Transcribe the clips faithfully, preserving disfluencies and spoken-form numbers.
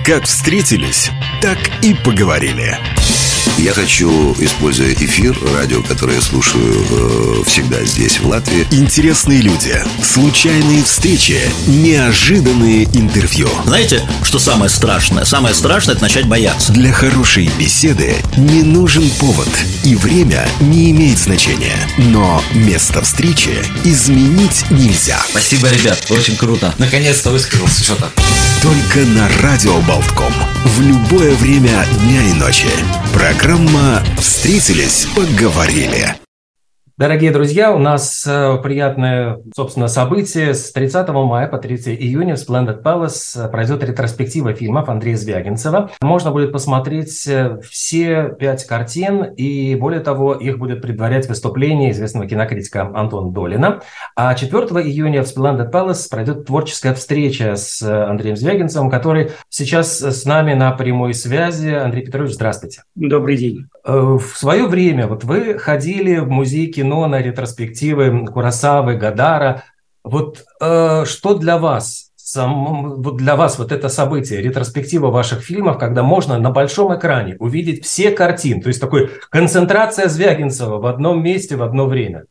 Как встретились, так и поговорили. Я хочу, используя эфир, радио, которое я слушаю э, всегда здесь, в Латвии. Интересные люди, случайные встречи, неожиданные интервью. Знаете, что самое страшное? Самое страшное – это начать бояться. Для хорошей беседы не нужен повод, и время не имеет значения. Но место встречи изменить нельзя. Спасибо, ребят, очень круто. Наконец-то высказался что-то. Только на Радио Болтком. В любое время дня и ночи. Программа «Встретились, поговорили». Дорогие друзья, у нас э, приятное, собственно, событие. С тридцатого мая по третьего июня в Splendid Palace пройдет ретроспектива фильмов Андрея Звягинцева. Можно будет посмотреть все пять картин, и более того, их будет предварять выступление известного кинокритика Антона Долина. А четвёртого июня в Splendid Palace пройдет творческая встреча с Андреем Звягинцевым, который сейчас с нами на прямой связи. Андрей Петрович, здравствуйте. Добрый день. В свое время вот вы ходили в музей кино на ретроспективы Куросавы, Годара. Вот э, что для вас, сам, вот для вас вот это событие, ретроспектива ваших фильмов, когда можно на большом экране увидеть все картины, то есть такой концентрация Звягинцева в одном месте в одно время?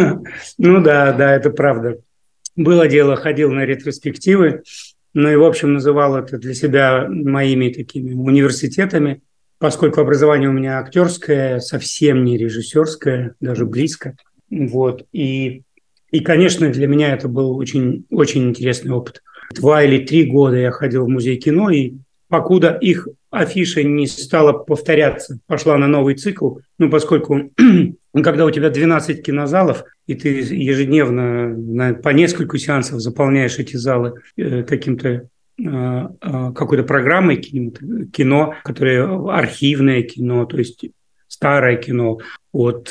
Ну да, да, это правда. Было дело, ходил на ретроспективы, ну и, в общем, называл это для себя моими такими университетами, поскольку образование у меня актерское, совсем не режиссерское, даже близко. Вот. И, и, конечно, для меня это был очень, очень интересный опыт. Два или три года я ходил в музей кино, и покуда их афиша не стала повторяться, пошла на новый цикл, ну, поскольку когда у тебя двенадцать кинозалов, и ты ежедневно на, по несколько сеансов заполняешь эти залы э, каким-то какой-то программой кино, которое архивное кино, то есть старое кино от,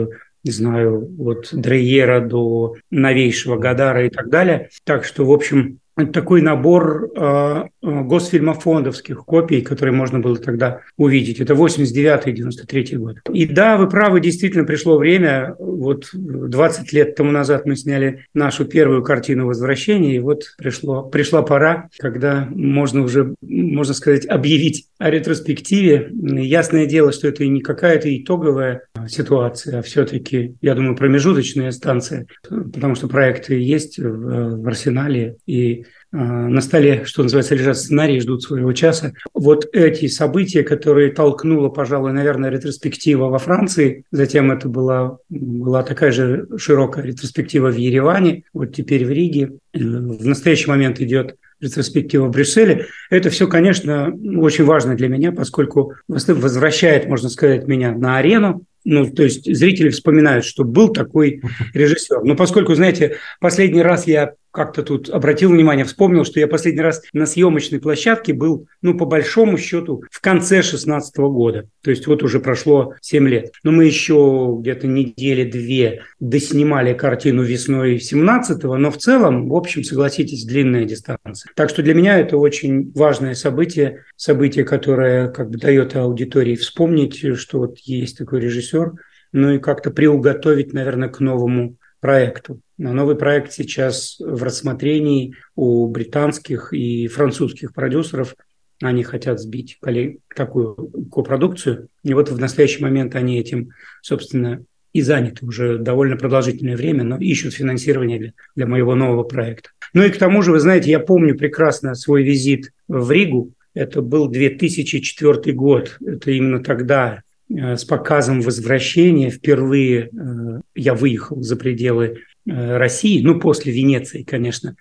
не знаю, от Дрейера до новейшего Годара и так далее. Так что, в общем, такой набор э, госфильмофондовских копий, которые можно было тогда увидеть. Это восемьдесят девятый — девяносто третий год. И да, вы правы, действительно пришло время. Вот двадцать лет тому назад мы сняли нашу первую картину «Возвращение», и вот пришло, пришла пора, когда можно уже, можно сказать, объявить о ретроспективе. Ясное дело, что это и не какая-то итоговая ситуация, а все-таки, я думаю, промежуточная станция, потому что проекты есть в, в арсенале, и на столе, что называется, лежат сценарии, ждут своего часа. Вот эти события, которые толкнула, пожалуй, наверное, ретроспектива во Франции, затем это была, была такая же широкая ретроспектива в Ереване, вот теперь в Риге, в настоящий момент идет ретроспектива в Брюсселе. Это все, конечно, очень важно для меня, поскольку возвращает, можно сказать, меня на арену. Ну, то есть зрители вспоминают, что был такой режиссер. Но поскольку, знаете, последний раз я как-то тут обратил внимание, вспомнил, что я последний раз на съемочной площадке был, ну, по большому счету, в конце шестнадцатого года. То есть вот уже прошло семь лет. Но мы еще где-то недели-две доснимали картину весной семнадцатого, но в целом, в общем, согласитесь, длинная дистанция. Так что для меня это очень важное событие, событие, которое как бы дает аудитории вспомнить, что вот есть такой режиссер, ну и как-то приуготовить, наверное, к новому проекту. Но новый проект сейчас в рассмотрении у британских и французских продюсеров. Они хотят сбить такую копродукцию. И вот в настоящий момент они этим, собственно, и заняты уже довольно продолжительное время, но ищут финансирование для, для моего нового проекта. Ну и к тому же, вы знаете, я помню прекрасно свой визит в Ригу. Это был две тысячи четвёртый год. Это именно тогда с показом «Возвращения» впервые я выехал за пределы России, ну, после Венеции, конечно,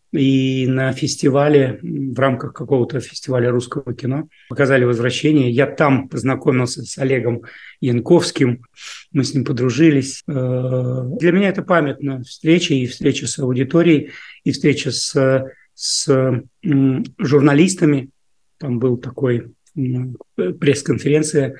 и на фестивале, в рамках какого-то фестиваля русского кино показали «Возвращение». Я там познакомился с Олегом Янковским, мы с ним подружились. Для меня это памятная встреча, и встреча с аудиторией, и встреча с, с журналистами. Там был такой пресс-конференция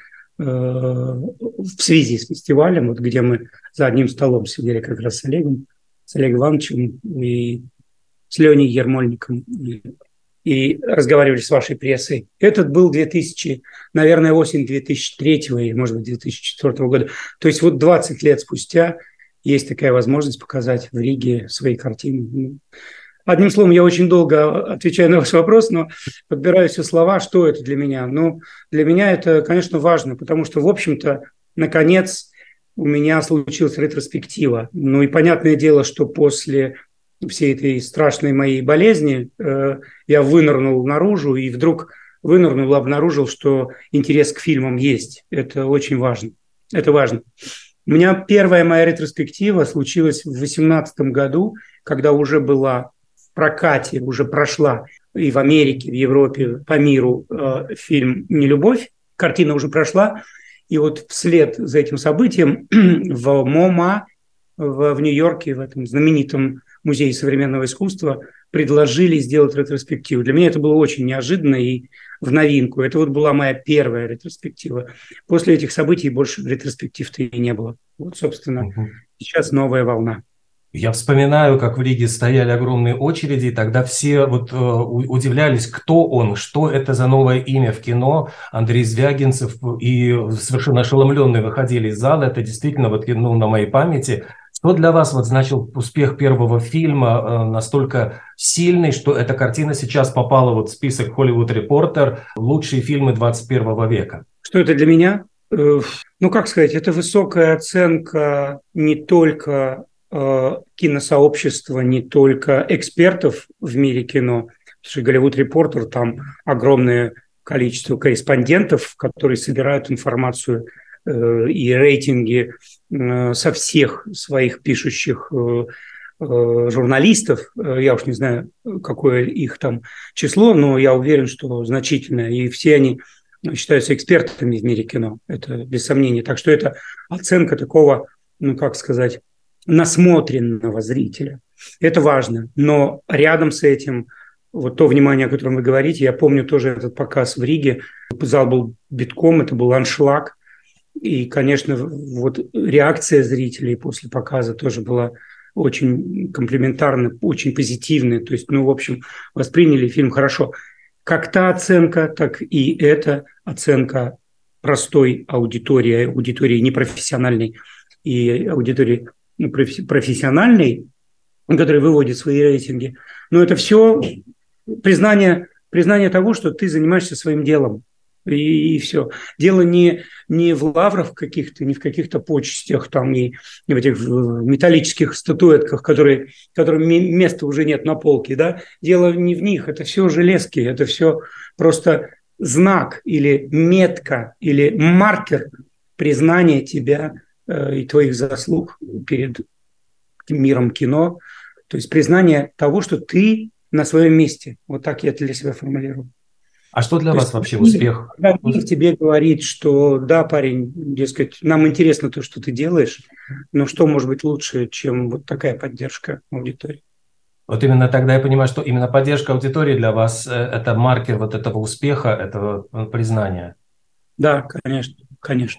в связи с фестивалем, вот где мы за одним столом сидели как раз с Олегом, с Олегом Ивановичем и с Леней Ермольником, и, и разговаривали с вашей прессой. Этот был две тысячи, наверное, осень две тысячи третьего или, может быть, две тысячи четвёртого года. То есть вот двадцать лет спустя есть такая возможность показать в Риге свои картины. одним словом, я очень долго отвечаю на ваш вопрос, но подбираю все слова, что это для меня. Ну, для меня это, конечно, важно, потому что, в общем-то, наконец у меня случилась ретроспектива. Ну и понятное дело, что после всей этой страшной моей болезни э, я вынырнул наружу и вдруг вынырнул и обнаружил, что интерес к фильмам есть. Это очень важно. Это важно. У меня первая моя ретроспектива случилась в две тысячи восемнадцатом году, когда уже была в прокате, уже прошла и в Америке, в Европе, по миру э, фильм «Нелюбовь». Картина уже прошла. И вот вслед за этим событием в МоМА, в, в Нью-Йорке, в этом знаменитом музее современного искусства, предложили сделать ретроспективу. Для меня это было очень неожиданно и в новинку. Это вот была моя первая ретроспектива. После этих событий больше ретроспектив-то и не было. Вот, собственно, угу. Сейчас новая волна. Я вспоминаю, как в Риге стояли огромные очереди, и тогда все вот э, удивлялись, кто он, что это за новое имя в кино. Андрей Звягинцев, и совершенно ошеломленные выходили из зала. Это действительно вот, ну, на моей памяти. Что для вас вот значил успех первого фильма э, настолько сильный, что эта картина сейчас попала вот в список Hollywood Reporter «Лучшие фильмы двадцать первого века»? Что это для меня? Э, ну, как сказать, это высокая оценка не только э, киносообщества, не только экспертов в мире кино. Потому что Hollywood Reporter, там огромное количество корреспондентов, которые собирают информацию и рейтинги со всех своих пишущих журналистов. Я уж не знаю, какое их там число, но я уверен, что значительное. И все они считаются экспертами в мире кино. Это без сомнения. Так что это оценка такого, ну как сказать, насмотренного зрителя. Это важно. Но рядом с этим вот то внимание, о котором вы говорите, я помню тоже этот показ в Риге. Зал был битком, это был аншлаг. И, конечно, вот реакция зрителей после показа тоже была очень комплиментарная, очень позитивная. То есть, ну, в общем, восприняли фильм хорошо. Как та оценка, так и эта оценка простой аудитории, аудитории непрофессиональной и аудитории профессиональной, которая выводит свои рейтинги. Но это все признание, признание того, что ты занимаешься своим делом. И, и все. Дело не, не в лаврах каких-то, не в каких-то почестях, там, и в этих в металлических статуэтках, которые, которым места уже нет на полке. Да? Дело не в них. Это все железки. Это все просто знак или метка или маркер признания тебя э, и твоих заслуг перед миром кино. То есть признание того, что ты на своем месте. Вот так я для себя формулирую. А что для то вас есть, вообще успех? Когда мир тебе говорит, что да, парень, дескать, нам интересно то, что ты делаешь, но что может быть лучше, чем вот такая поддержка аудитории? Вот именно тогда я понимаю, что именно поддержка аудитории для вас – это маркер вот этого успеха, этого признания. Да, конечно, конечно.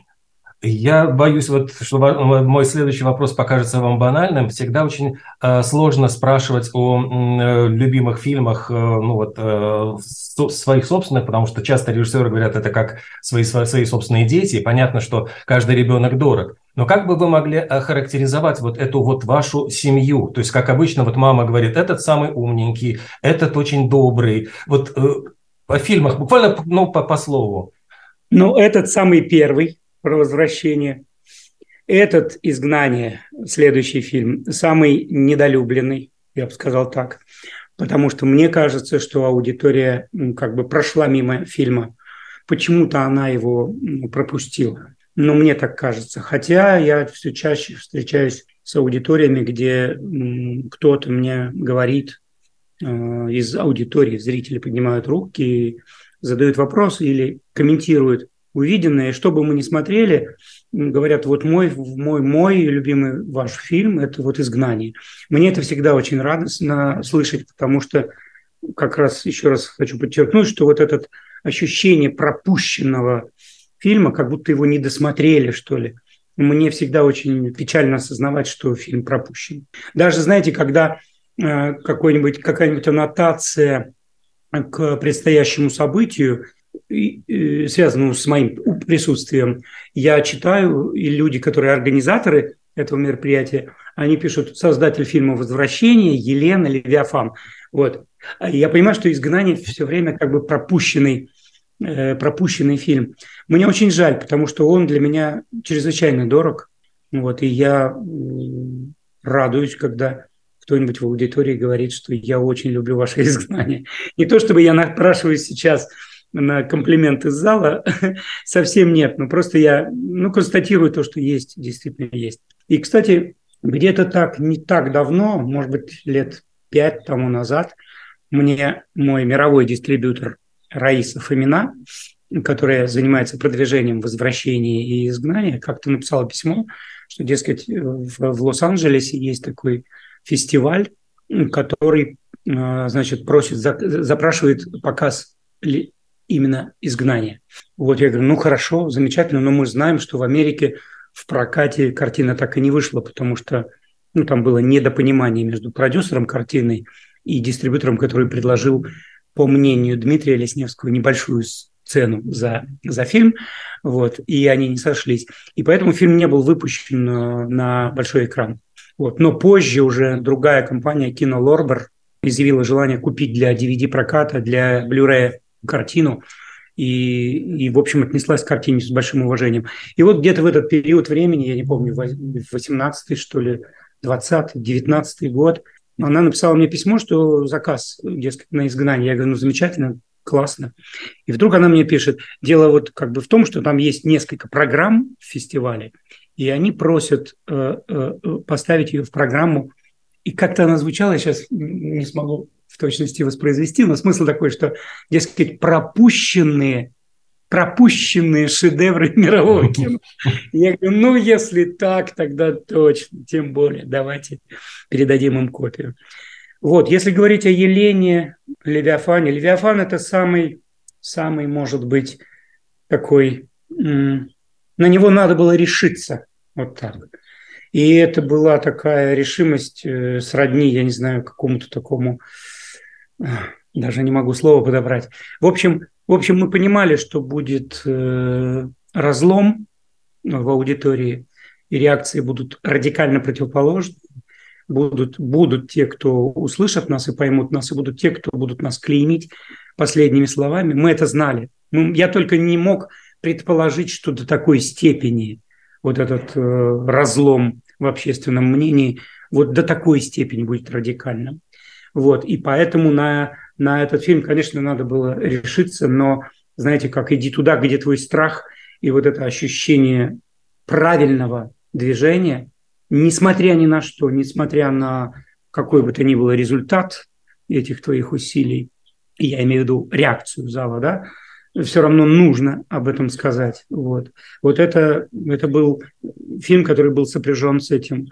Я боюсь, вот, что мой следующий вопрос покажется вам банальным. Всегда очень э, сложно спрашивать о э, любимых фильмах, э, ну вот, э, со, своих собственных, потому что часто режиссеры говорят, это как свои, свои собственные дети. И понятно, что каждый ребенок дорог. Но как бы вы могли охарактеризовать вот эту вот вашу семью? То есть, как обычно, вот мама говорит, этот самый умненький, этот очень добрый. Вот э, о фильмах буквально, ну, по, по слову. Ну, этот самый первый. Про возвращение. Этот «Изгнание», следующий фильм, самый недолюбленный, я бы сказал так, потому что мне кажется, что аудитория ну, как бы прошла мимо фильма. Почему-то она его ну, пропустила. Но мне так кажется. Хотя я все чаще встречаюсь с аудиториями, где м, кто-то мне говорит э, из аудитории, зрители поднимают руки и задают вопросы или комментируют увиденное, что бы мы ни смотрели, говорят, вот мой, мой, мой любимый ваш фильм – это вот «Изгнание». Мне это всегда очень радостно слышать, потому что, как раз еще раз хочу подчеркнуть, что вот это ощущение пропущенного фильма, как будто его не досмотрели, что ли, мне всегда очень печально осознавать, что фильм пропущен. Даже, знаете, когда э, какой-нибудь, какая-нибудь аннотация к предстоящему событию, связанную с моим присутствием, я читаю, и люди, которые организаторы этого мероприятия, они пишут «Создатель фильма «Возвращение» Елена Левиафан». Вот. Я понимаю, что «Изгнание» все время как бы пропущенный, э, пропущенный фильм. Мне очень жаль, потому что он для меня чрезвычайно дорог. Вот, и я радуюсь, когда кто-нибудь в аудитории говорит, что я очень люблю ваше «Изгнание». Не то чтобы я напрашиваюсь сейчас на комплимент из зала, совсем нет, но просто я ну, констатирую то, что есть, действительно есть. И, кстати, где-то так, не так давно, может быть, лет пять тому назад, мне мой мировой дистрибьютор Раиса Фомина, которая занимается продвижением возвращения и изгнания, как-то написала письмо, что, дескать, в, в Лос-Анджелесе есть такой фестиваль, который, значит, просит, запрашивает показ именно «Изгнания». Вот я говорю, ну хорошо, замечательно, но мы знаем, что в Америке в прокате картина так и не вышла, потому что ну, там было недопонимание между продюсером картины и дистрибьютором, который предложил, по мнению Дмитрия Лесневского, небольшую цену за, за фильм, вот, и они не сошлись. И поэтому фильм не был выпущен на большой экран. Вот. Но позже уже другая компания, Кино Лорбер, изъявила желание купить для ди ви ди-проката, для Blu-ray картину, и, и, в общем, отнеслась к картине с большим уважением. И вот где-то в этот период времени, я не помню, восемнадцатый, что ли, двадцатый, девятнадцатый год, она написала мне письмо, что заказ, дескать, на «Изгнание». Я говорю, ну, замечательно, классно. И вдруг она мне пишет, дело вот как бы в том, что там есть несколько программ в фестивале, и они просят э, э, поставить ее в программу. И как-то она звучала, я сейчас не смогу в точности воспроизвести, но смысл такой, что, дескать, пропущенные, пропущенные шедевры мирового кино. Я говорю, ну, если так, тогда точно, тем более, давайте передадим им копию. Вот, если говорить о Елене Левиафане, Левиафан – это самый, самый, может быть, такой, м- на него надо было решиться, вот так. И это была такая решимость э, сродни, я не знаю, какому-то такому, э, даже не могу слова подобрать. В общем, в общем мы понимали, что будет э, разлом в аудитории, и реакции будут радикально противоположны. Будут, будут те, кто услышат нас и поймут нас, и будут те, кто будут нас клеймить последними словами. Мы это знали. Мы, я только не мог предположить, что до такой степени вот этот э, разлом в общественном мнении вот до такой степени будет радикальным. Вот. И поэтому на, на этот фильм, конечно, надо было решиться, но, знаете, как иди туда, где твой страх, и вот это ощущение правильного движения, несмотря ни на что, несмотря на какой бы то ни было результат этих твоих усилий, я имею в виду реакцию зала, да, все равно нужно об этом сказать. Вот, вот это, это был фильм, который был сопряжен с этим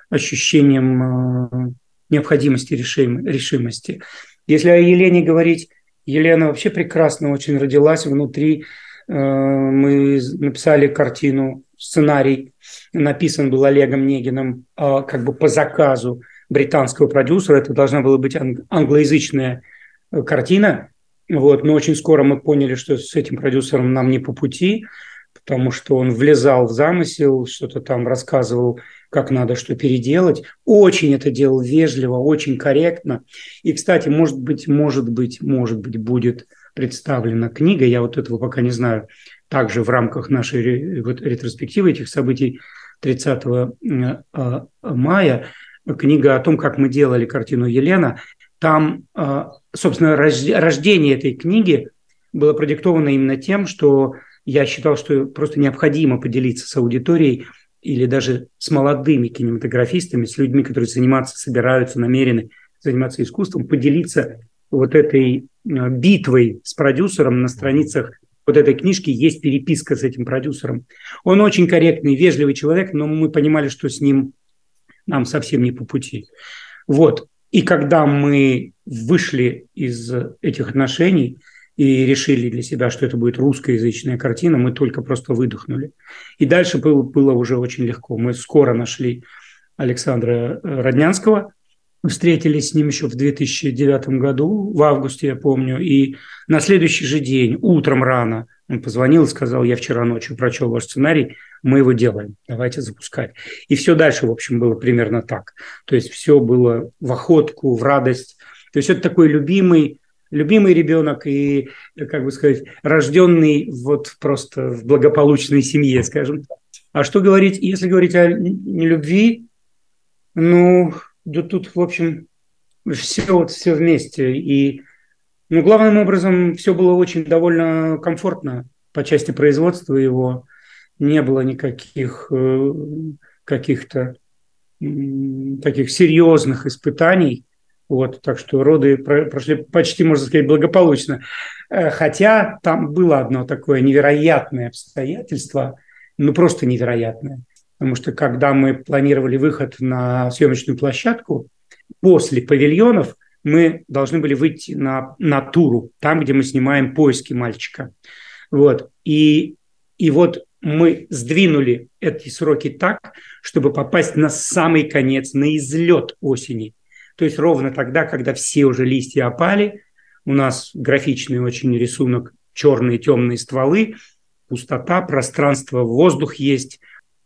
ощущением э, необходимости, решим, решимости. Если о Елене говорить, Елена вообще прекрасно очень родилась внутри. Э, мы написали картину, сценарий написан был Олегом Негиным э, как бы по заказу британского продюсера. Это должна была быть ан- англоязычная картина. Вот, но очень скоро мы поняли, что с этим продюсером нам не по пути, потому что он влезал в замысел, что-то там рассказывал, как надо что переделать. Очень это делал вежливо, очень корректно. И, кстати, может быть, может быть, может быть, будет представлена книга, я вот этого пока не знаю, также в рамках нашей вот, ретроспективы этих событий тридцатого мая, книга о том, как мы делали картину «Елена». Там, собственно, рождение этой книги было продиктовано именно тем, что я считал, что просто необходимо поделиться с аудиторией или даже с молодыми кинематографистами, с людьми, которые заниматься, собираются, намерены заниматься искусством, поделиться вот этой битвой с продюсером. На страницах вот этой книжки есть переписка с этим продюсером. Он очень корректный, вежливый человек, но мы понимали, что с ним нам совсем не по пути. Вот. И когда мы вышли из этих отношений и решили для себя, что это будет русскоязычная картина, мы только просто выдохнули. И дальше было, было уже очень легко. Мы скоро нашли Александра Роднянского, встретились с ним еще в две тысячи девятом году, в августе, я помню, и на следующий же день, утром рано, он позвонил и сказал: я вчера ночью прочел ваш сценарий, мы его делаем, давайте запускать. И все дальше, в общем, было примерно так. То есть все было в охотку, в радость. То есть это такой любимый, любимый ребенок и, как бы сказать, рожденный вот просто в благополучной семье, скажем так. А что говорить, если говорить о нелюбви, ну, да тут, в общем, все, вот, все вместе. И, ну, главным образом, все было очень довольно комфортно по части производства его. Не было никаких э, каких-то э, таких серьезных испытаний. Вот, так что роды прошли почти, можно сказать, благополучно. Хотя там было одно такое невероятное обстоятельство, ну, просто невероятное. Потому что когда мы планировали выход на съемочную площадку, после павильонов мы должны были выйти на натуру, там, где мы снимаем «Поиски мальчика». Вот. И, и вот мы сдвинули эти сроки так, чтобы попасть на самый конец, на излет осени. То есть ровно тогда, когда все уже листья опали, у нас графичный очень рисунок, черные темные стволы, пустота, пространство, воздух есть,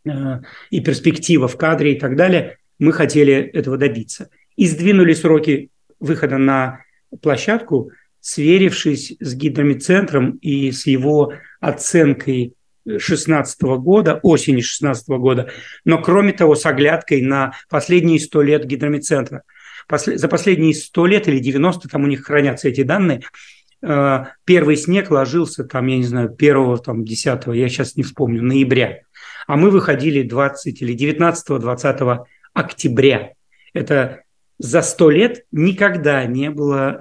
и перспектива в кадре и так далее, мы хотели этого добиться. И сдвинули сроки выхода на площадку, сверившись с гидромедцентром и с его оценкой шестнадцатого года, осени шестнадцатого года, но кроме того с оглядкой на последние сто лет гидромедцентра. После, за последние сто лет или девяносто, там у них хранятся эти данные, э, первый снег ложился там, я не знаю, первого, там, десятого, я сейчас не вспомню, ноября. А мы выходили двадцатого или девятнадцатого-двадцатого октября. Это за сто лет никогда не было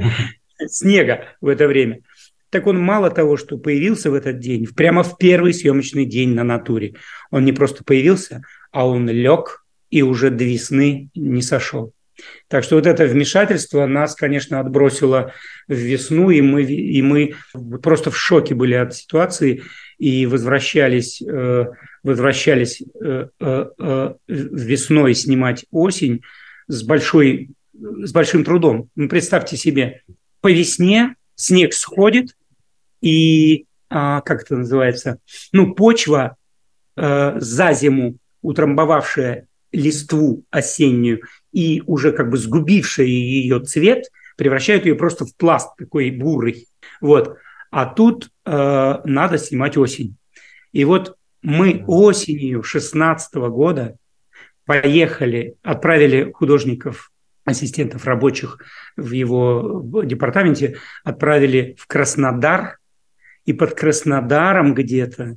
снега в это время. Так он мало того, что появился в этот день, прямо в первый съемочный день на натуре. Он не просто появился, а он лег и уже до весны не сошел. Так что вот это вмешательство нас, конечно, отбросило в весну, и мы, и мы просто в шоке были от ситуации и возвращались, э, возвращались э, э, весной снимать осень с, большой, с большим трудом. Ну, представьте себе, по весне снег сходит, и, а, как это называется, ну, почва э, за зиму, утрамбовавшая листву осеннюю и уже как бы сгубившая ее цвет, превращает ее просто в пласт такой бурый. Вот. А тут э, надо снимать осень. И вот мы осенью шестнадцатого года поехали, отправили художников, ассистентов рабочих в его департаменте, отправили в Краснодар, и под Краснодаром где-то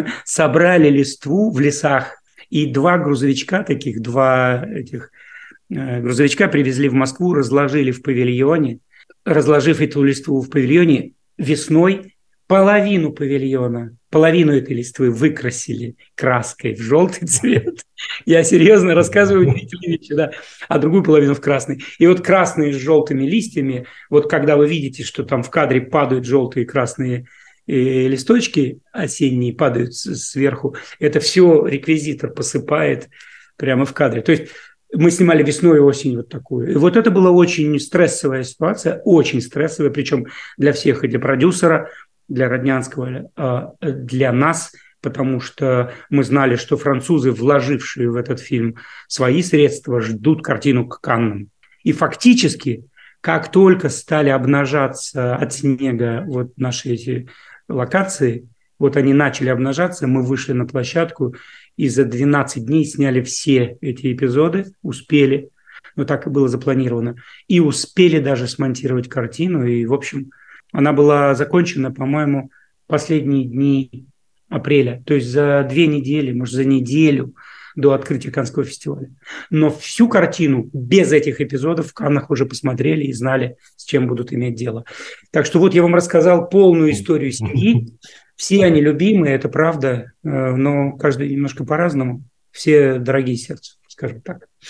собрали листву в лесах, и два грузовичка таких, два этих э, грузовичка привезли в Москву, разложили в павильоне. Разложив эту листву в павильоне, весной половину павильона, половину этой листвы выкрасили краской в желтый цвет. Я серьезно рассказываю удивительные вещи, да, а другую половину в красный. И вот красные с желтыми листьями, вот когда вы видите, что там в кадре падают желтые и красные и листочки осенние падают сверху, это все реквизитор посыпает прямо в кадре. То есть мы снимали весной и осенью вот такую. И вот это была очень стрессовая ситуация, очень стрессовая, причем для всех, и для продюсера, для Роднянского, для нас, потому что мы знали, что французы, вложившие в этот фильм свои средства, ждут картину к Каннам. И фактически, как только стали обнажаться от снега вот наши эти локации, вот они начали обнажаться, мы вышли на площадку и за двенадцать дней сняли все эти эпизоды, успели, но так и было запланировано, и успели даже смонтировать картину, и, в общем, она была закончена, по-моему, последние дни апреля, то есть за две недели, может, за неделю до открытия Каннского фестиваля. Но всю картину без этих эпизодов в Каннах уже посмотрели и знали, с чем будут иметь дело. Так что вот я вам рассказал полную историю семьи. Все они любимые, это правда, но каждый немножко по-разному. Все дорогие сердцу, скажем так.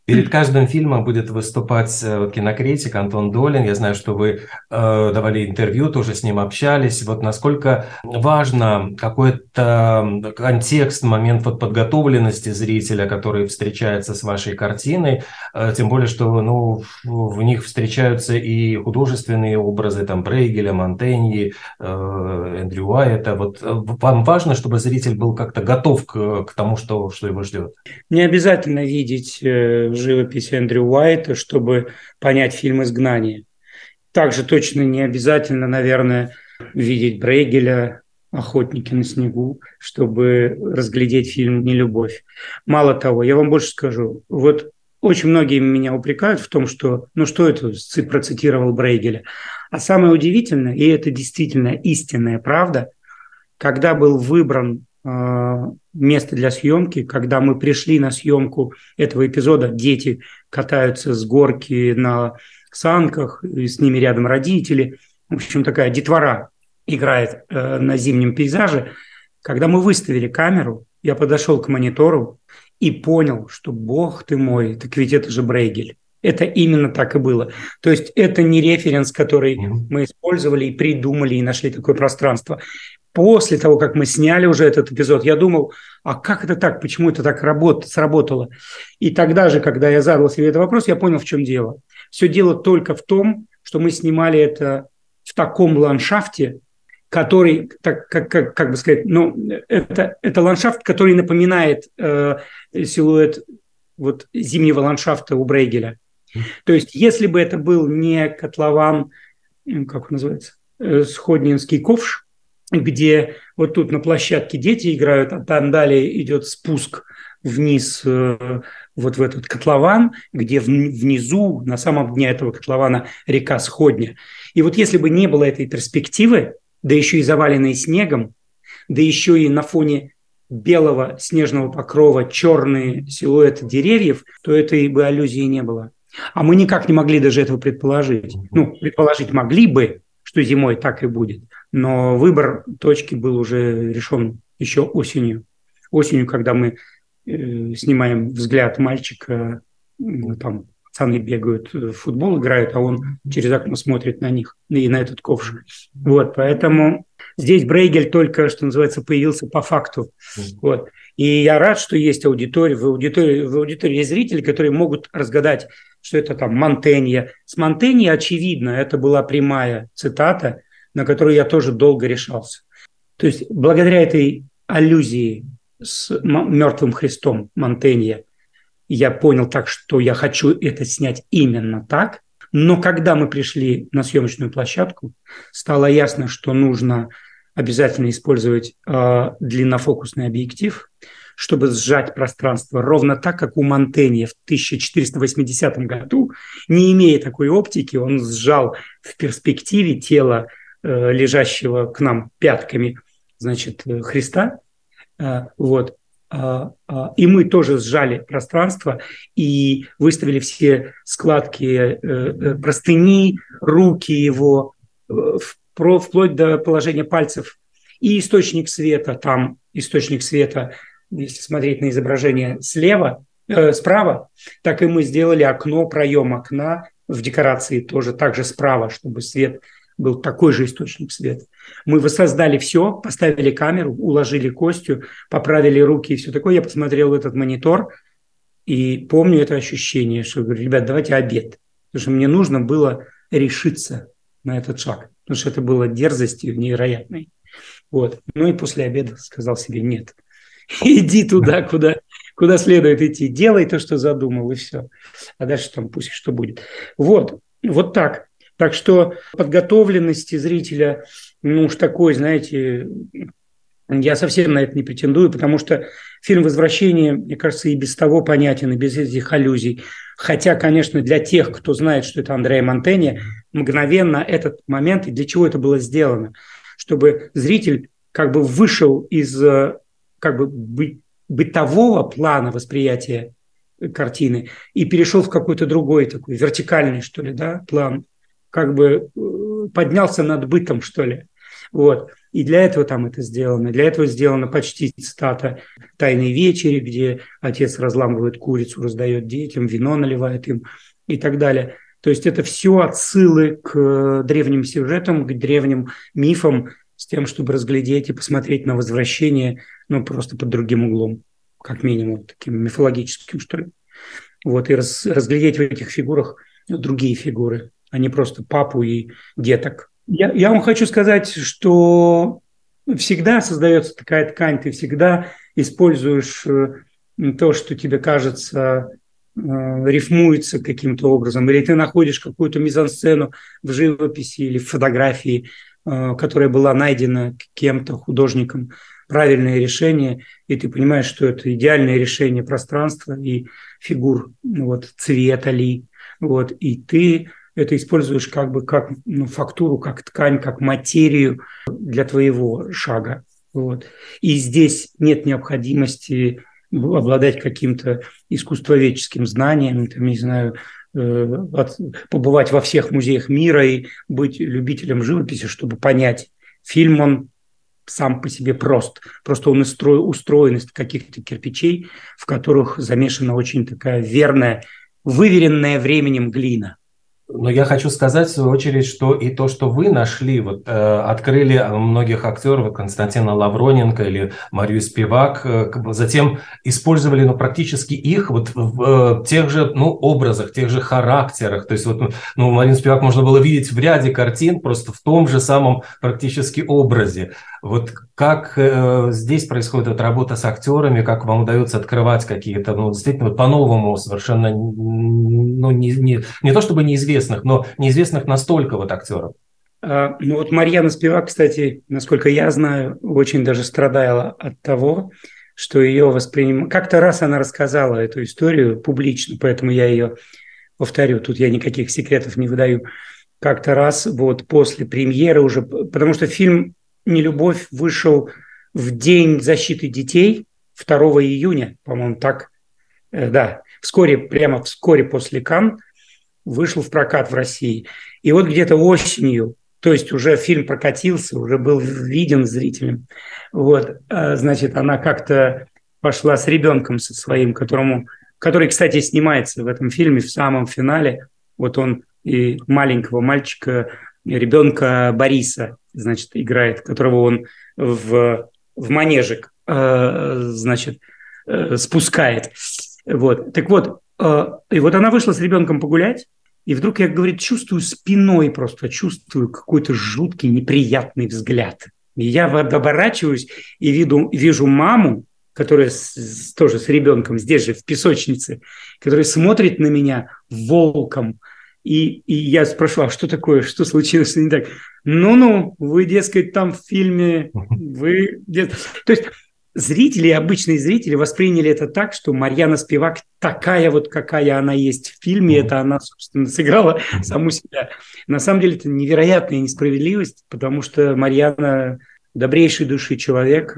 Перед каждым фильмом будет выступать кинокритик Антон Долин. Я знаю, что вы э, давали интервью, тоже с ним общались. Вот насколько важно какой-то контекст, момент вот подготовленности зрителя, который встречается с вашей картиной. Э, тем более, что ну, в них встречаются и художественные образы, там Брейгеля, Монтеньи, э, Эндрю Уайта. Вот вам важно, чтобы зритель был как-то готов к, к тому, что, что его ждет? Не обязательно видеть э, живопись Эндрю Уайта, чтобы понять фильм «Изгнание». Также точно не обязательно, наверное, видеть Брейгеля, «Охотники на снегу», чтобы разглядеть фильм «Нелюбовь». Мало того, я вам больше скажу. Вот очень многие меня упрекают в том, что ну что это процитировал Брейгеля. А самое удивительное, и это действительно истинная правда, когда был выбран место для съемки, когда мы пришли на съемку этого эпизода, дети катаются с горки на санках, и с ними рядом родители. В общем, такая детвора играет э, на зимнем пейзаже. Когда мы выставили камеру, я подошел к монитору и понял, что, бог ты мой, так ведь это же Брейгель. Это именно так и было. То есть это не референс, который мы использовали и придумали, и нашли такое пространство. После того, как мы сняли уже этот эпизод, я думал, а как это так, почему это так работ- сработало? И тогда же, когда я задал себе этот вопрос, я понял, в чем дело. Все дело только в том, что мы снимали это в таком ландшафте, который, так, как, как, как бы сказать, ну, это, это ландшафт, который напоминает э, силуэт вот, зимнего ландшафта у Брейгеля. То есть, если бы это был не котлован, как он называется, э, Сходнинский ковш, где вот тут на площадке дети играют, а там далее идет спуск вниз э, вот в этот котлован, где в, внизу, на самом дне этого котлована, река Сходня. И вот если бы не было этой перспективы, да еще и заваленной снегом, да еще и на фоне белого снежного покрова черные силуэты деревьев, то этой бы аллюзии не было. А мы никак не могли даже этого предположить. Ну, предположить могли бы, что зимой так и будет. Но выбор точки был уже решен еще осенью. Осенью, когда мы э, снимаем взгляд мальчика, э, там пацаны бегают, в футбол играют, а он через окно смотрит на них и на этот ковш. Вот, поэтому здесь Брейгель только, что называется, появился по факту. Вот. И я рад, что есть аудитория, в аудитории, в аудитории есть зрители, которые могут разгадать, что это там Монтенья. С Монтеньей, очевидно, это была прямая цитата, на которую я тоже долго решался. То есть благодаря этой аллюзии с мертвым Христом Монтенья я понял так, что я хочу это снять именно так. Но когда мы пришли на съемочную площадку, стало ясно, что нужно обязательно использовать э, длиннофокусный объектив, чтобы сжать пространство ровно так, как у Монтенья в тысяча четыреста восьмидесятом году, не имея такой оптики, он сжал в перспективе тело э, лежащего к нам пятками, значит, Христа. Э, вот. И мы тоже сжали пространство и выставили все складки простыни, руки его, вплоть до положения пальцев. И источник света, там источник света, если смотреть на изображение слева, э, справа, так и мы сделали окно, проем окна в декорации тоже так же справа, чтобы свет был такой же источник света. Мы воссоздали все, поставили камеру, уложили Костю, поправили руки и все такое. Я посмотрел в этот монитор и помню это ощущение, что говорю, ребят, давайте обед. Потому что мне нужно было решиться на этот шаг. Потому что это было дерзостью невероятной. Вот. Ну и после обеда сказал себе нет. Иди туда, куда, куда следует идти. Делай то, что задумал, и все. А дальше там пусть что будет. Вот. Вот так. Так что подготовленности зрителя, ну уж такой, знаете, я совсем на это не претендую, потому что фильм «Возвращение», мне кажется, и без того понятен, и без этих аллюзий. Хотя, конечно, для тех, кто знает, что это Андреа Монтенья, мгновенно этот момент, и для чего это было сделано, чтобы зритель как бы вышел из как бы бы, бытового плана восприятия картины и перешел в какой-то другой такой вертикальный, что ли, да, план, как бы поднялся над бытом, что ли. Вот. И для этого там это сделано. Для этого сделана почти цитата «Тайной вечери», где отец разламывает курицу, раздает детям, вино наливает им и так далее. То есть это все отсылы к древним сюжетам, к древним мифам, с тем, чтобы разглядеть и посмотреть на возвращение, ну, просто под другим углом, как минимум, таким мифологическим, что ли. Вот, и раз, разглядеть в этих фигурах другие фигуры, а не просто папу и деток. Я, я вам хочу сказать, что всегда создается такая ткань, ты всегда используешь то, что тебе кажется, рифмуется каким-то образом, или ты находишь какую-то мизансцену в живописи или в фотографии, которая была найдена кем-то, художником, правильное решение, и ты понимаешь, что это идеальное решение пространства и фигур, вот, цвета ли, вот, и ты это используешь как бы как, ну, фактуру, как ткань, как материю для твоего шага. Вот. И здесь нет необходимости обладать каким-то искусствоведческим знанием, там, не знаю, побывать во всех музеях мира и быть любителем живописи, чтобы понять. Фильм, он сам по себе прост. Просто он устроен из каких-то кирпичей, в которых замешана очень такая верная, выверенная временем глина. Но я хочу сказать, в свою очередь, что и то, что вы нашли, вот, э, открыли многих актеров, Константина Лавроненко или Марию Спивак, э, затем использовали, ну, практически их вот в э, тех же, ну, образах, тех же характерах. То есть вот, ну, Марию Спивак можно было видеть в ряде картин, просто в том же самом практически образе. Вот как э, здесь происходит эта работа с актерами, как вам удается открывать какие-то, ну, действительно, вот по-новому совершенно, ну, не, не, не то чтобы неизвестных, но неизвестных настолько вот актеров. А, ну вот Марьяна Спивак, кстати, насколько я знаю, очень даже страдала от того, что ее воспринимали. Как-то раз она рассказала эту историю публично, поэтому я ее повторю. Тут я никаких секретов не выдаю. Как-то раз вот после премьеры уже, потому что фильм «Нелюбовь» вышел в День защиты детей, второго июня, по-моему, так, э, да, вскоре, прямо вскоре после Канн вышел в прокат в России. И вот где-то осенью, то есть уже фильм прокатился, уже был виден зрителям, вот, э, значит, она как-то пошла с ребенком со своим, которому, который, кстати, снимается в этом фильме в самом финале, вот он и маленького мальчика, ребенка Бориса, значит, играет, которого он в, в манежик, э, значит, э, спускает. Вот. Так вот, э, и вот она вышла с ребенком погулять, и вдруг я, говорит, чувствую спиной просто, чувствую какой-то жуткий, неприятный взгляд. И я оборачиваюсь и виду, вижу маму, которая с, тоже с ребенком здесь же, в песочнице, которая смотрит на меня волком. И, и я спрашиваю, а что такое, что случилось, что не так? Ну-ну, вы, дескать, там в фильме, вы... То есть зрители, обычные зрители восприняли это так, что Марьяна Спивак такая вот, какая она есть в фильме, это она, собственно, сыграла саму себя. На самом деле это невероятная несправедливость, потому что Марьяна добрейшей души человек,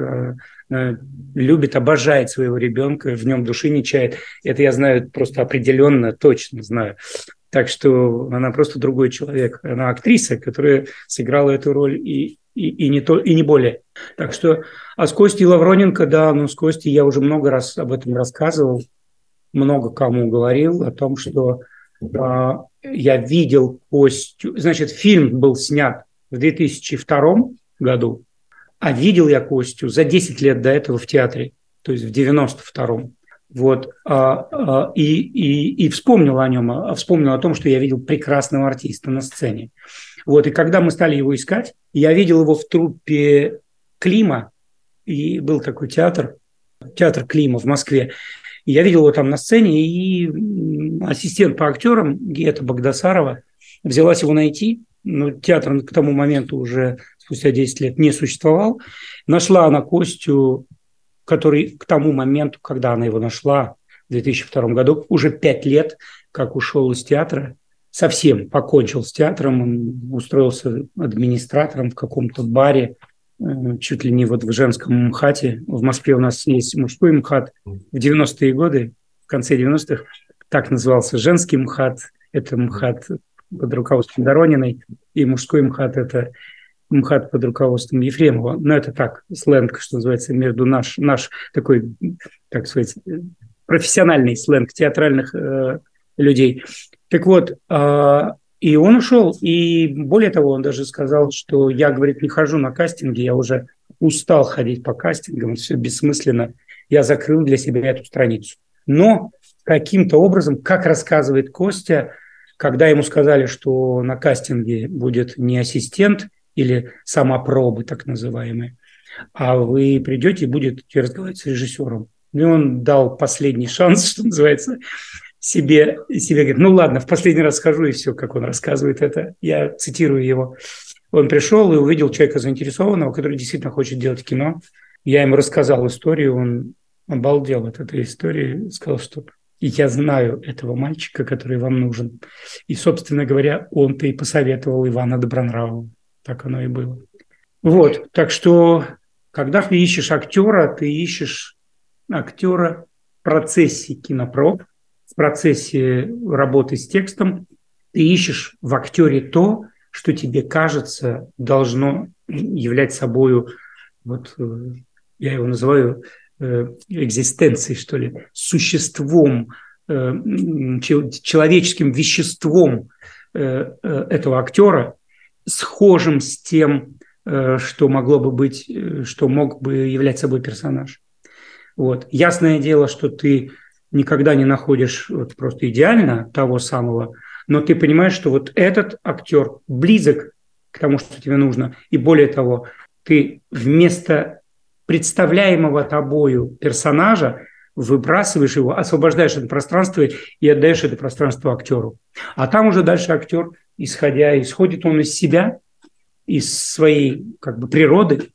любит, обожает своего ребенка, в нем души не чает. Это я знаю просто определенно, точно знаю. Так что она просто другой человек. Она актриса, которая сыграла эту роль и, и, и, не, то, и не более. Так что, а с Костей Лавроненко, да, ну с Костей я уже много раз об этом рассказывал, много кому говорил о том, что э, я видел Костю. Значит, фильм был снят в две тысячи втором году, а видел я Костю за десять лет до этого в театре, то есть в девяносто втором. Вот, а, а, и, и, и вспомнил о нем, а вспомнил о том, что я видел прекрасного артиста на сцене. Вот, и когда мы стали его искать, я видел его в труппе Клима, и был такой театр, театр Клима в Москве. И я видел его там на сцене, и ассистент по актерам Гета Багдасарова взялась его найти. Но театр к тому моменту уже спустя десять лет не существовал. Нашла она Костю, который к тому моменту, когда она его нашла в две тысячи втором году, уже пять лет, как ушел из театра, совсем покончил с театром, он устроился администратором в каком-то баре, чуть ли не вот в женском МХАТе. В Москве у нас есть мужской МХАТ. В девяностые годы, в конце девяностых, так назывался женский МХАТ. Это МХАТ под руководством Дорониной, и мужской МХАТ – это МХАТ под руководством Ефремова. Но это так, сленг, что называется, между наш, наш такой, так сказать, профессиональный сленг театральных э, людей. Так вот, э, и он ушел. И более того, он даже сказал, что я, говорит, не хожу на кастинги, я уже устал ходить по кастингам, это все бессмысленно. Я закрыл для себя эту страницу. Но каким-то образом, как рассказывает Костя, когда ему сказали, что на кастинге будет не ассистент или самопробы, так называемые, а вы придете и будете разговаривать с режиссером. И он дал последний шанс, что называется, себе, себе говорит, ну ладно, в последний раз схожу, и все, как он рассказывает это. Я цитирую его. Он пришел и увидел человека заинтересованного, который действительно хочет делать кино. Я ему рассказал историю, он обалдел от этой истории, сказал, что я знаю этого мальчика, который вам нужен. И, собственно говоря, он-то и посоветовал Ивана Добронравова. Так оно и было. Вот, так что, когда ты ищешь актера, ты ищешь актера в процессе кинопроб, в процессе работы с текстом, ты ищешь в актере то, что тебе кажется должно являть собою, вот я его называю экзистенцией, что ли, существом, человеческим веществом этого актера, схожим с тем, что могло бы быть, что мог бы являть собой персонаж. Вот. Ясное дело, что ты никогда не находишь вот просто идеально того самого, но ты понимаешь, что вот этот актер близок к тому, что тебе нужно. И более того, ты вместо представляемого тобою персонажа выбрасываешь его, освобождаешь это пространство и отдаешь это пространство актеру. А там уже дальше актер, исходя, исходит он из себя, из своей как бы природы,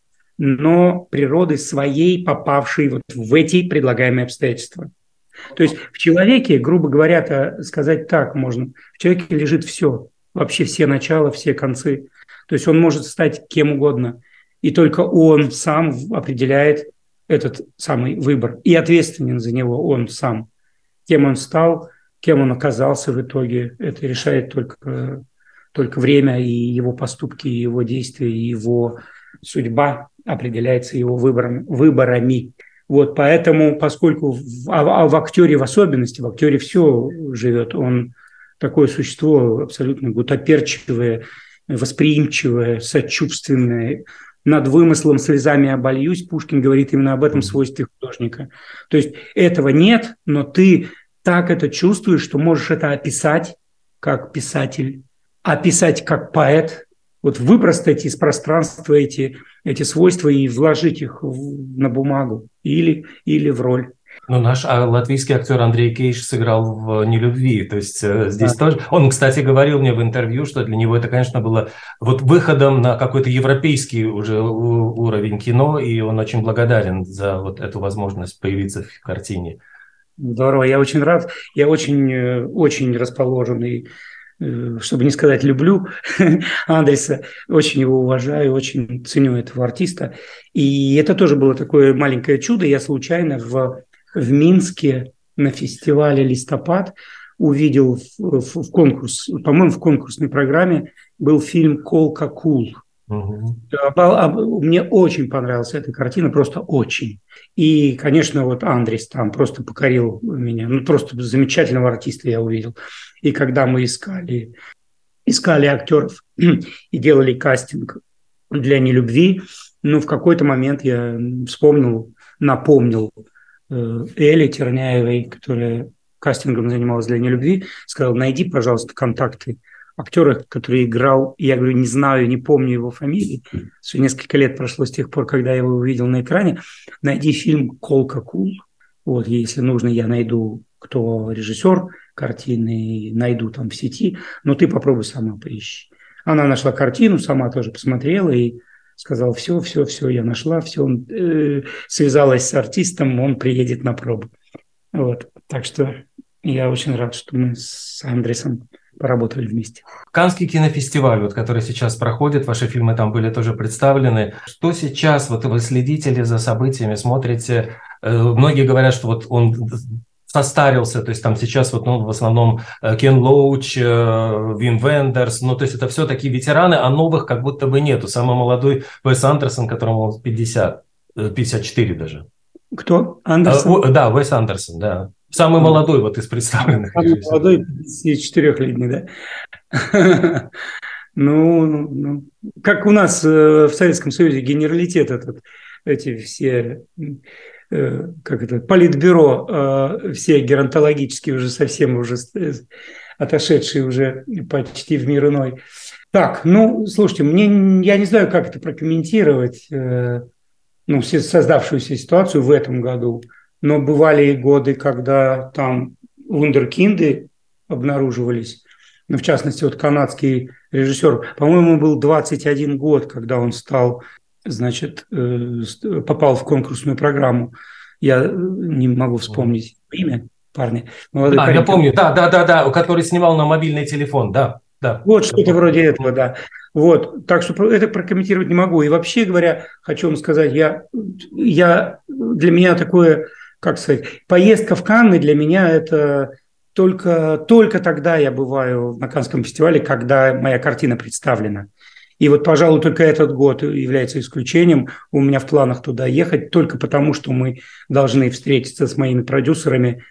но природы своей, попавшей вот в эти предлагаемые обстоятельства. То есть в человеке, грубо говоря, сказать так можно, в человеке лежит все, вообще все начала, все концы. То есть он может стать кем угодно. И только он сам определяет этот самый выбор. И ответственен за него он сам. Кем он стал, кем он оказался в итоге, это решает только, только время и его поступки, и его действия, и его судьба определяется его выбором, выборами. Вот, поэтому, поскольку в, а, а в актере в особенности, в актере все живет, он такое существо абсолютно гутоперчивое, восприимчивое, сочувственное, над вымыслом слезами обольюсь. Пушкин говорит именно об этом свойстве художника. То есть этого нет, но ты так это чувствуешь, что можешь это описать как писатель, описать как поэт, вот выпростать из пространства эти, эти свойства и вложить их в, на бумагу или, или в роль. Ну, наш а, латвийский актер Андрей Кейш сыграл в «Нелюбви», то есть э, здесь да. тоже... Он, кстати, говорил мне в интервью, что для него это, конечно, было вот выходом на какой-то европейский уже уровень кино, и он очень благодарен за вот эту возможность появиться в картине. Здорово, я очень рад, я очень, очень расположен и, чтобы не сказать, люблю Андреса, очень его уважаю, очень ценю этого артиста. И это тоже было такое маленькое чудо. Я случайно в, в Минске на фестивале «Листопад» увидел в, в, в конкурс, по-моему, в конкурсной программе был фильм «Колка Кул». Угу. Мне очень понравилась эта картина, просто очень. И, конечно, вот Андрес там просто покорил меня. Ну, просто замечательного артиста я увидел. И когда мы искали, искали актеров и делали кастинг для «Нелюбви», ну, в какой-то момент я вспомнил, напомнил Эле Терняевой, которая кастингом занималась для «Нелюбви», сказал: найди, пожалуйста, контакты актера, который играл, я говорю, не знаю, не помню его фамилии, что несколько лет прошло с тех пор, когда я его увидел на экране, найди фильм «Колка Кул». Вот, если нужно, я найду, кто режиссер картины, найду там в сети, но ты попробуй сама поищи. Она нашла картину, сама тоже посмотрела и сказала: все, все, все, я нашла, все, он, э, связалась с артистом, он приедет на пробу. Вот, так что я очень рад, что мы с Андресом поработали вместе. Каннский кинофестиваль, вот, который сейчас проходит, ваши фильмы там были тоже представлены. Что сейчас, вот вы следите ли за событиями, смотрите? Многие говорят, что вот он состарился, то есть там сейчас вот, ну, в основном Кен Лоуч, Вим Вендерс, ну, то есть это все такие ветераны, а новых как будто бы нету. Самый молодой Уэс Андерсон, которому пятьдесят, пятьдесят четыре даже. Кто? Андерсон? А, о, да, Уэс Андерсон, да. Самый mm. молодой вот из представленных. Самый молодой, пятидесятичетырёхлетний, да? Ну, ну, как у нас в Советском Союзе генералитет этот, эти все... как это, политбюро, все геронтологические уже совсем уже отошедшие уже почти в мир иной. Так, ну, слушайте, мне, я не знаю, как это прокомментировать, ну, создавшуюся ситуацию в этом году, но бывали и годы, когда там вундеркинды обнаруживались, ну, в частности, вот канадский режиссер, по-моему, был двадцать один год, когда он стал... значит, попал в конкурсную программу. Я не могу вспомнить имя парня. Молодой а, парень. Я помню, да, да, да, да, который снимал на мобильный телефон, да, да. Вот что-то вроде этого, да. Вот, так что это прокомментировать не могу. И вообще говоря, хочу вам сказать, я, я для меня такое, как сказать, поездка в Канны для меня это только, только тогда я бываю на Каннском фестивале, когда моя картина представлена. И вот, пожалуй, только этот год является исключением. У меня в планах туда ехать только потому, что мы должны встретиться с моими продюсерами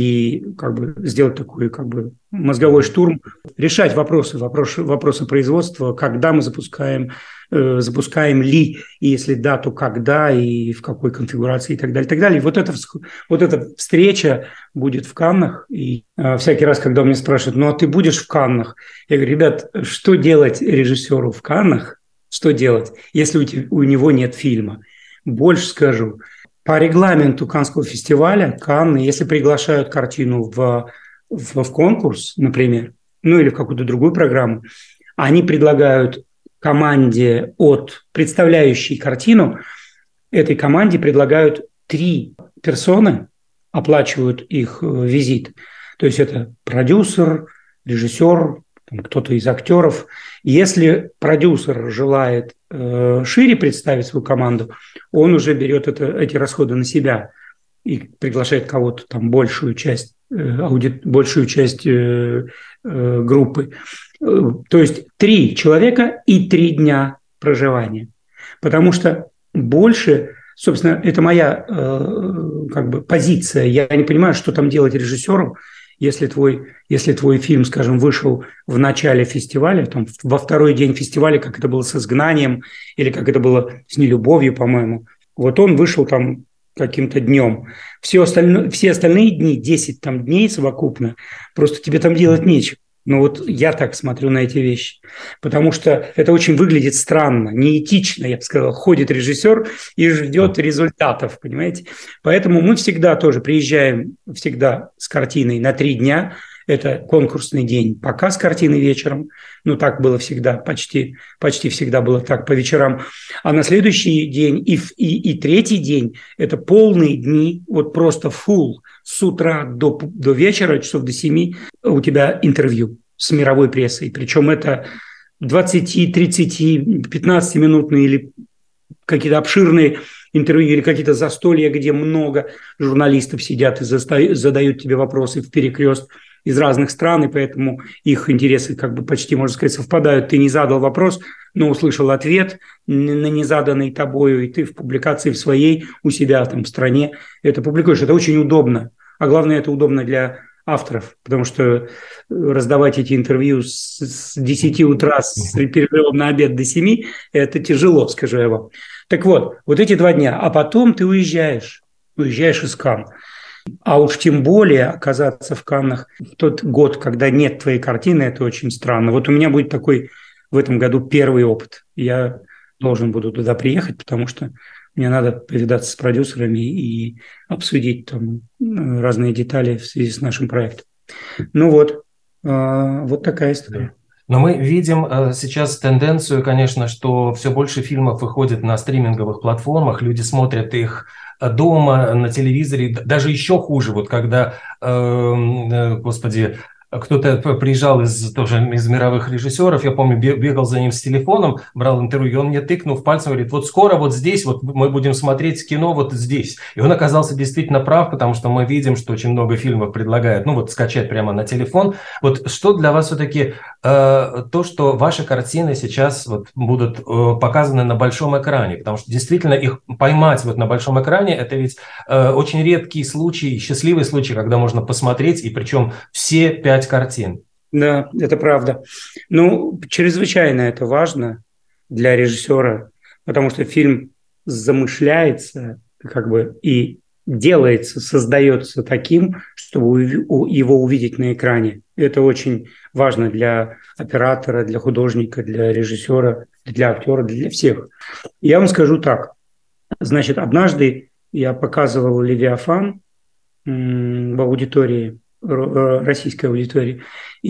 и как бы сделать такой как бы мозговой штурм, решать вопросы, вопросы, вопросы производства, когда мы запускаем, э, запускаем ли, и если да, то когда, и в какой конфигурации и так далее, и так далее. И вот эта, вот эта встреча будет в Каннах, и э, всякий раз, когда меня спрашивают, ну а ты будешь в Каннах? Я говорю, ребят, что делать режиссеру в Каннах, что делать, если у, тебя, у него нет фильма? Больше скажу. По регламенту Каннского фестиваля, Канны, если приглашают картину в, в, в конкурс, например, ну или в какую-то другую программу, они предлагают команде от представляющей картину, этой команде предлагают три персоны, оплачивают их визит. То есть это продюсер, режиссер, кто-то из актеров. Если продюсер желает э, шире представить свою команду, он уже берет это, эти расходы на себя и приглашает кого-то там большую часть, э, аудит, большую часть э, э, группы. Э, то есть три человека и три дня проживания. Потому что больше, собственно, это моя э, как бы позиция. Я не понимаю, что там делать режиссеру. Если твой, если твой фильм, скажем, вышел в начале фестиваля, там, во второй день фестиваля, как это было с «Изгнанием» или как это было с «Нелюбовью», по-моему, вот он вышел там каким-то днем. Все остальное, все остальные дни, десять там дней совокупно, просто тебе там делать нечего. Но вот я так смотрю на эти вещи, потому что это очень выглядит странно, неэтично, я бы сказал. Ходит режиссер и ждет результатов, понимаете? Поэтому мы всегда тоже приезжаем всегда с картиной на три дня. Это конкурсный день, показ картины вечером. Ну, так было всегда, почти, почти всегда было так по вечерам. А на следующий день и, и, и третий день – это полные дни, вот просто full, с утра до, до вечера, часов до семи у тебя интервью с мировой прессой. Причем это двадцать, тридцать, пятнадцатиминутные или какие-то обширные интервью или какие-то застолья, где много журналистов сидят и задают тебе вопросы вперекрест из разных стран, и поэтому их интересы как бы почти, можно сказать, совпадают. Ты не задал вопрос, но услышал ответ на незаданный тобою, и ты в публикации в своей у себя там в стране это публикуешь. Это очень удобно. А главное, это удобно для авторов, потому что раздавать эти интервью с, с десяти утра с перерывом на обед до семи – это тяжело, скажу я вам. Так вот, вот эти два дня, а потом ты уезжаешь, уезжаешь из Канн. А уж тем более оказаться в Каннах в тот год, когда нет твоей картины, это очень странно. Вот у меня будет такой в этом году первый опыт. Я должен буду туда приехать, потому что мне надо повидаться с продюсерами и обсудить там разные детали в связи с нашим проектом. Ну вот, вот такая история. Но мы видим сейчас тенденцию, конечно, что все больше фильмов выходит на стриминговых платформах, люди смотрят их дома, на телевизоре, даже еще хуже, вот когда, э, господи, кто-то приезжал из, тоже из мировых режиссеров, я помню, бегал за ним с телефоном, брал интервью, и он мне тыкнув пальцем, говорит, вот скоро вот здесь, вот мы будем смотреть кино вот здесь. И он оказался действительно прав, потому что мы видим, что очень много фильмов предлагают, ну вот скачать прямо на телефон. Вот что для вас все-таки э, то, что ваши картины сейчас вот будут э, показаны на большом экране, потому что действительно их поймать вот на большом экране, это ведь э, очень редкий случай, счастливый случай, когда можно посмотреть, и причем все пять картин. Да, это правда. Ну, чрезвычайно это важно для режиссера, потому что фильм замышляется как бы и делается, создается таким, чтобы его увидеть на экране. Это очень важно для оператора, для художника, для режиссера, для актера, для всех. Я вам скажу так. Значит, однажды я показывал «Левиафан» в аудитории, российской аудитории,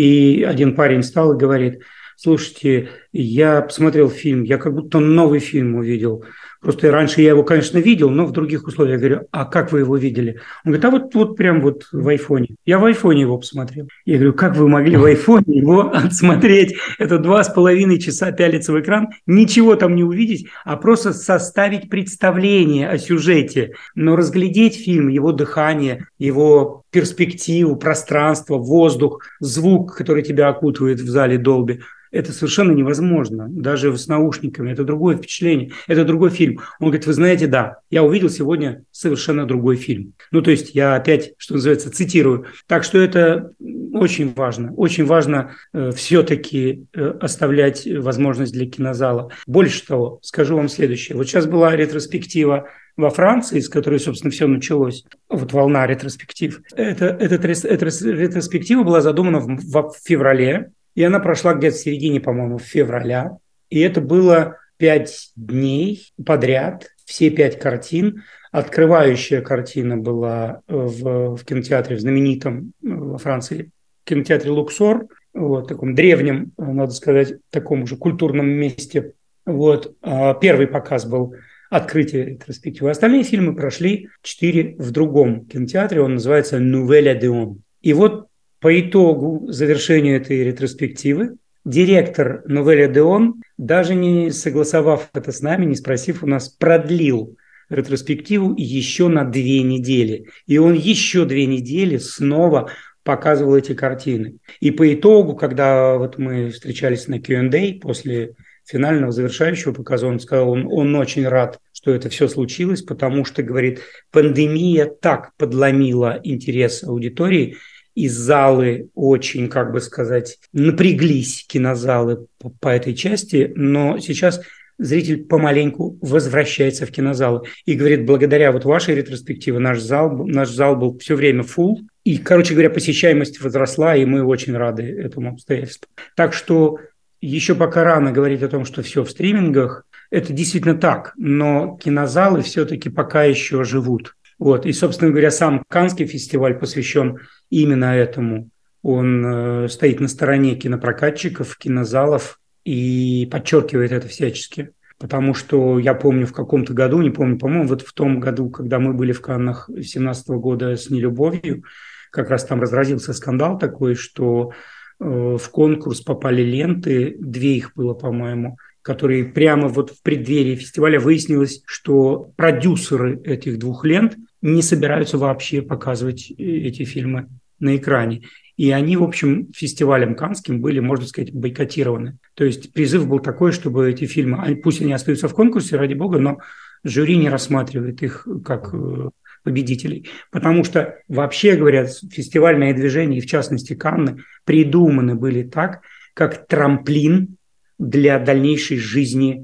и один парень встал и говорит: слушайте, я посмотрел фильм, я как будто новый фильм увидел. Просто раньше я его, конечно, видел, но в других условиях. Я говорю, а как вы его видели? Он говорит, а вот, вот прям вот в айфоне. Я в айфоне его посмотрел. Я говорю, как вы могли в айфоне его отсмотреть? Это два с половиной часа пялиться в экран, ничего там не увидеть, а просто составить представление о сюжете. Но разглядеть фильм, его дыхание, его перспективу, пространство, воздух, звук, который тебя окутывает в зале Dolby, это совершенно невозможно, даже с наушниками. Это другое впечатление, это другой фильм. Он говорит, вы знаете, да, я увидел сегодня совершенно другой фильм. Ну, то есть я опять, что называется, цитирую. Так что это очень важно. Очень важно э, все-таки э, оставлять возможность для кинозала. Больше того, скажу вам следующее. Вот сейчас была ретроспектива во Франции, с которой, собственно, все началось. Вот волна ретроспектив. Это, эта, эта ретроспектива была задумана в, в феврале. И она прошла где-то в середине, по-моему, февраля. И это было пять дней подряд, все пять картин. Открывающая картина была в, в кинотеатре, в знаменитом во Франции кинотеатре «Люксор», вот, таком древнем, надо сказать, таком уже культурном месте. Вот. А первый показ был открытие ретроспективы. Остальные фильмы прошли четыре в другом кинотеатре. Он называется «Nouvelle Odéon». И вот по итогу завершения этой ретроспективы директор Nouvelle Odéon, даже не согласовав это с нами, не спросив у нас, продлил ретроспективу еще на две недели. И он еще две недели снова показывал эти картины. И по итогу, когда вот мы встречались на кью энд эй после финального завершающего показа, он сказал, он, он очень рад, что это все случилось, потому что, говорит, пандемия так подломила интерес аудитории, и залы очень, как бы сказать, напряглись, кинозалы по, по этой части, но сейчас зритель помаленьку возвращается в кинозалы. И говорит, благодаря вот вашей ретроспективе наш зал, наш зал был все время full. И, короче говоря, посещаемость возросла, и мы очень рады этому обстоятельству. Так что еще пока рано говорить о том, что все в стримингах. Это действительно так, но кинозалы все-таки пока еще живут. Вот. И, собственно говоря, сам Каннский фестиваль посвящен именно этому. Он э, стоит на стороне кинопрокатчиков, кинозалов и подчеркивает это всячески. Потому что я помню в каком-то году, не помню, по-моему, вот в том году, когда мы были в Каннах две тысячи семнадцатого года с «Нелюбовью», как раз там разразился скандал такой, что э, в конкурс попали ленты, две их было, по-моему, которые прямо вот в преддверии фестиваля выяснилось, что продюсеры этих двух лент не собираются вообще показывать эти фильмы на экране. И они, в общем, фестивалем каннским были, можно сказать, бойкотированы. То есть призыв был такой, чтобы эти фильмы, пусть они остаются в конкурсе, ради бога, но жюри не рассматривает их как победителей. Потому что, вообще говоря, фестивальное движение, и в частности Канны, придуманы были так, как трамплин для дальнейшей жизни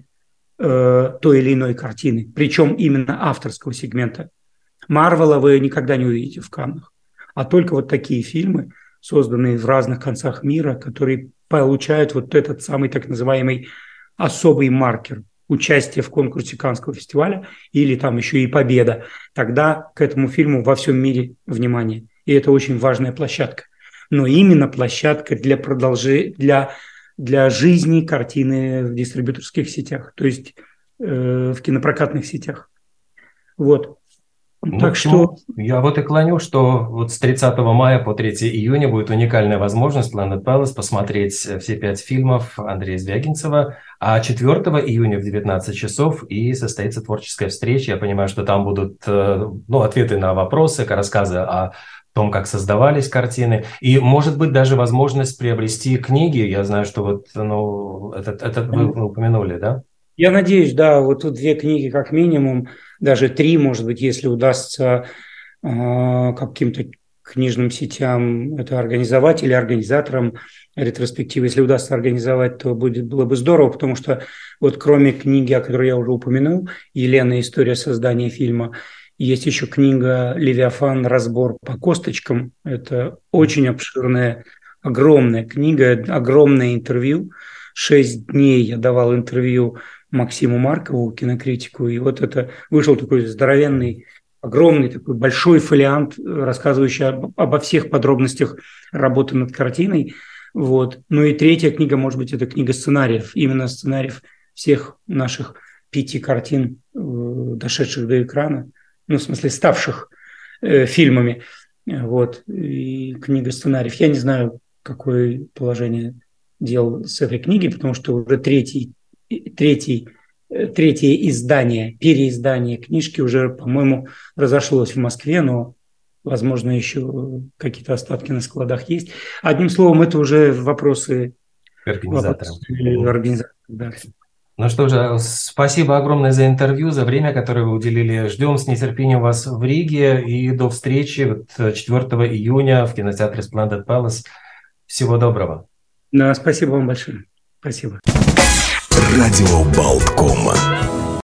э, той или иной картины. Причем именно авторского сегмента. Марвела вы никогда не увидите в Каннах. А только вот такие фильмы, созданные в разных концах мира, которые получают вот этот самый так называемый особый маркер участия в конкурсе Каннского фестиваля или там еще и победа. Тогда к этому фильму во всем мире внимание. И это очень важная площадка. Но именно площадка для продолжения, для для жизни картины в дистрибьюторских сетях, то есть э, в кинопрокатных сетях. Вот. Ну, так что... Я вот и клоню, что вот с тридцатого мая по третьего июня будет уникальная возможность в Planet Palace посмотреть все пять фильмов Андрея Звягинцева, а четвёртого июня в девятнадцать часов и состоится творческая встреча. Я понимаю, что там будут ну, ответы на вопросы, рассказы о том, как создавались картины, и, может быть, даже возможность приобрести книги. Я знаю, что вот ну, этот, этот вы упомянули, да? Я надеюсь, да, вот тут две книги как минимум, даже три, может быть, если удастся э, каким-то книжным сетям это организовать или организаторам ретроспективы. Если удастся организовать, то будет, было бы здорово, потому что вот кроме книги, о которой я уже упомянул, «Елена. История создания фильма», есть еще книга «Левиафан. Разбор по косточкам». Это очень обширная, огромная книга, огромное интервью. Шесть дней я давал интервью Максиму Маркову, кинокритику, и вот это вышел такой здоровенный, огромный, такой большой фолиант, рассказывающий об, обо всех подробностях работы над картиной. Вот. Ну и третья книга, может быть, это книга сценариев, именно сценариев всех наших пяти картин, дошедших до экрана, ну, в смысле, ставших э, фильмами. Вот. И книга сценариев. Я не знаю, какое положение дел с этой книгой, потому что уже третий, третий, третье издание, переиздание книжки уже, по-моему, разошлось в Москве, но, возможно, еще какие-то остатки на складах есть. Одним словом, это уже вопросы организаторов. Организаторов, да. Ну что же, спасибо огромное за интервью, за время, которое вы уделили. Ждем с нетерпением вас в Риге и до встречи четвёртого июня в кинотеатре Splendid Palace. Всего доброго. Да, спасибо вам большое. Спасибо. Радио Болтком.